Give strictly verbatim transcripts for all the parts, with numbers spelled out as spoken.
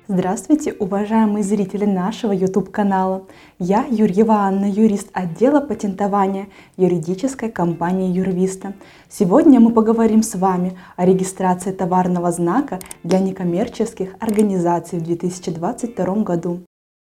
Здравствуйте, уважаемые зрители нашего YouTube-канала. Я Юрьева Анна, юрист отдела патентования юридической компании Юрвиста. Сегодня мы поговорим с вами о регистрации товарного знака для некоммерческих организаций в две тысячи двадцать втором году.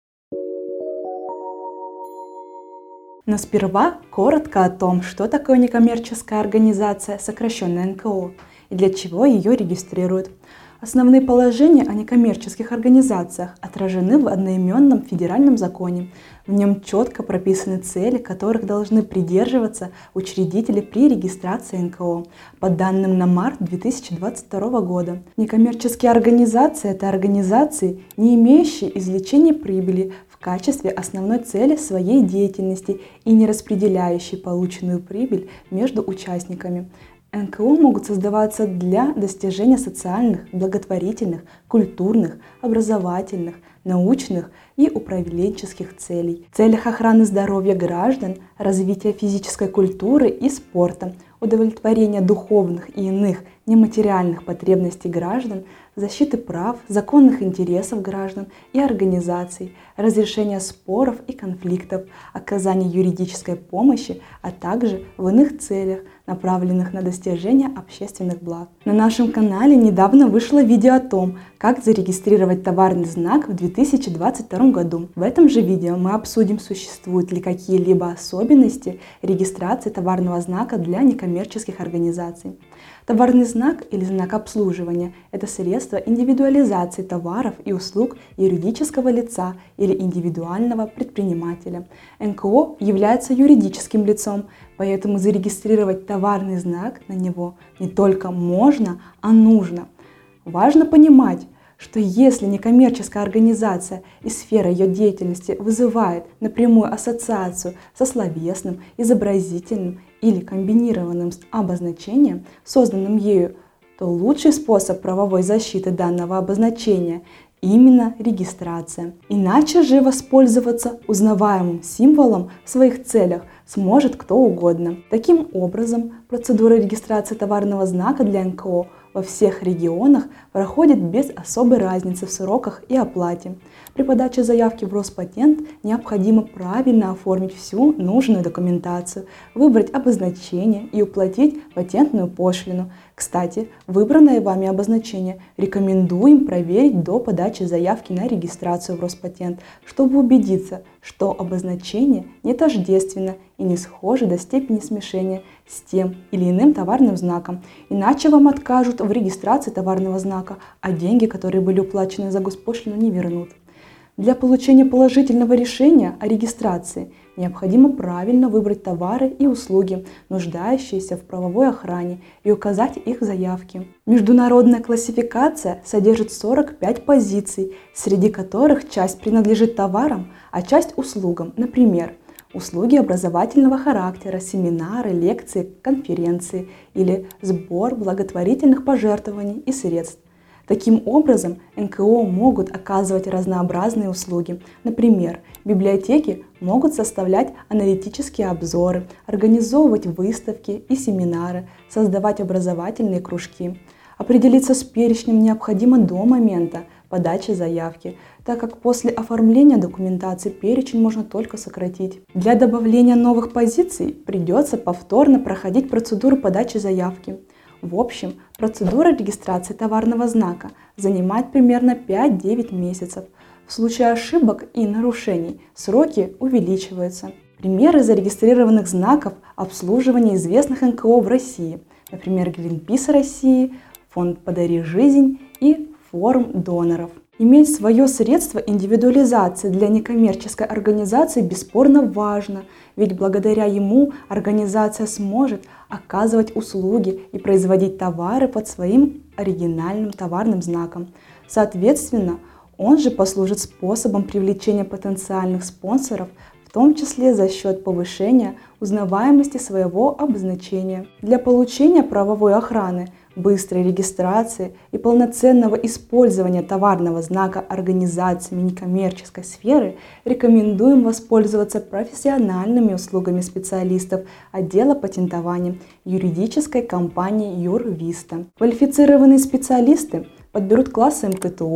Но сперва коротко о том, что такое некоммерческая организация, сокращенно эн ка о, и для чего ее регистрируют. Основные положения о некоммерческих организациях отражены в одноименном федеральном законе. В нем четко прописаны цели, которых должны придерживаться учредители при регистрации эн ка о. По данным на март две тысячи двадцать второго года, некоммерческие организации – это организации, не имеющие извлечения прибыли в качестве основной цели своей деятельности и не распределяющие полученную прибыль между участниками. эн ка о могут создаваться для достижения социальных, благотворительных, культурных, образовательных, научных и управленческих целей. В целях охраны здоровья граждан, развития физической культуры и спорта, удовлетворения духовных и иных нематериальных потребностей граждан, защиты прав, законных интересов граждан и организаций, разрешения споров и конфликтов, оказания юридической помощи, а также в иных целях, направленных на достижение общественных благ. На нашем канале недавно вышло видео о том, как зарегистрировать товарный знак в две тысячи двадцать втором году. В этом же видео мы обсудим, существуют ли какие-либо особенности регистрации товарного знака для некоммерческих организаций. Товарный знак или знак обслуживания – это средство индивидуализации товаров и услуг юридического лица или индивидуального предпринимателя. эн ка о является юридическим лицом, поэтому зарегистрировать товарный знак на него не только можно, а нужно. Важно понимать, что если некоммерческая организация и сфера ее деятельности вызывает напрямую ассоциацию со словесным, изобразительным или комбинированным обозначением, созданным ею, то лучший способ правовой защиты данного обозначения – именно регистрация. Иначе же воспользоваться узнаваемым символом в своих целях сможет кто угодно. Таким образом, процедура регистрации товарного знака для эн ка о во всех регионах проходит без особой разницы в сроках и оплате. При подаче заявки в Роспатент необходимо правильно оформить всю нужную документацию, выбрать обозначение и уплатить патентную пошлину. Кстати, выбранное вами обозначение рекомендуем проверить до подачи заявки на регистрацию в Роспатент, чтобы убедиться, что обозначение не тождественно и не схоже до степени смешения с тем или иным товарным знаком, иначе вам откажут в регистрации товарного знака, а деньги, которые были уплачены за госпошлину, не вернут. Для получения положительного решения о регистрации необходимо правильно выбрать товары и услуги, нуждающиеся в правовой охране, и указать их в заявке. Международная классификация содержит сорок пять позиций, среди которых часть принадлежит товарам, а часть услугам, например, услуги образовательного характера, семинары, лекции, конференции или сбор благотворительных пожертвований и средств. Таким образом, эн ка о могут оказывать разнообразные услуги. Например, библиотеки могут составлять аналитические обзоры, организовывать выставки и семинары, создавать образовательные кружки. Определиться с перечнем необходимо до момента подачи заявки, так как после оформления документации перечень можно только сократить. Для добавления новых позиций придется повторно проходить процедуру подачи заявки. В общем, процедура регистрации товарного знака занимает примерно пять-девять месяцев. В случае ошибок и нарушений сроки увеличиваются. Примеры зарегистрированных знаков обслуживания известных эн ка о в России, например, Greenpeace России, Фонд «Подари жизнь» и Форум доноров. Иметь свое средство индивидуализации для некоммерческой организации бесспорно важно, ведь благодаря ему организация сможет оказывать услуги и производить товары под своим оригинальным товарным знаком. Соответственно, он же послужит способом привлечения потенциальных спонсоров, в том числе за счет повышения узнаваемости своего обозначения. Для получения правовой охраны, быстрой регистрации и полноценного использования товарного знака организациями некоммерческой сферы рекомендуем воспользоваться профессиональными услугами специалистов отдела патентования юридической компании Юрвиста. Квалифицированные специалисты подберут классы эм ка тэ у,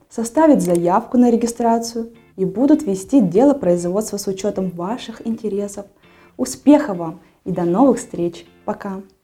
составят заявку на регистрацию и будут вести дело производства с учетом ваших интересов. Успехов вам и до новых встреч! Пока!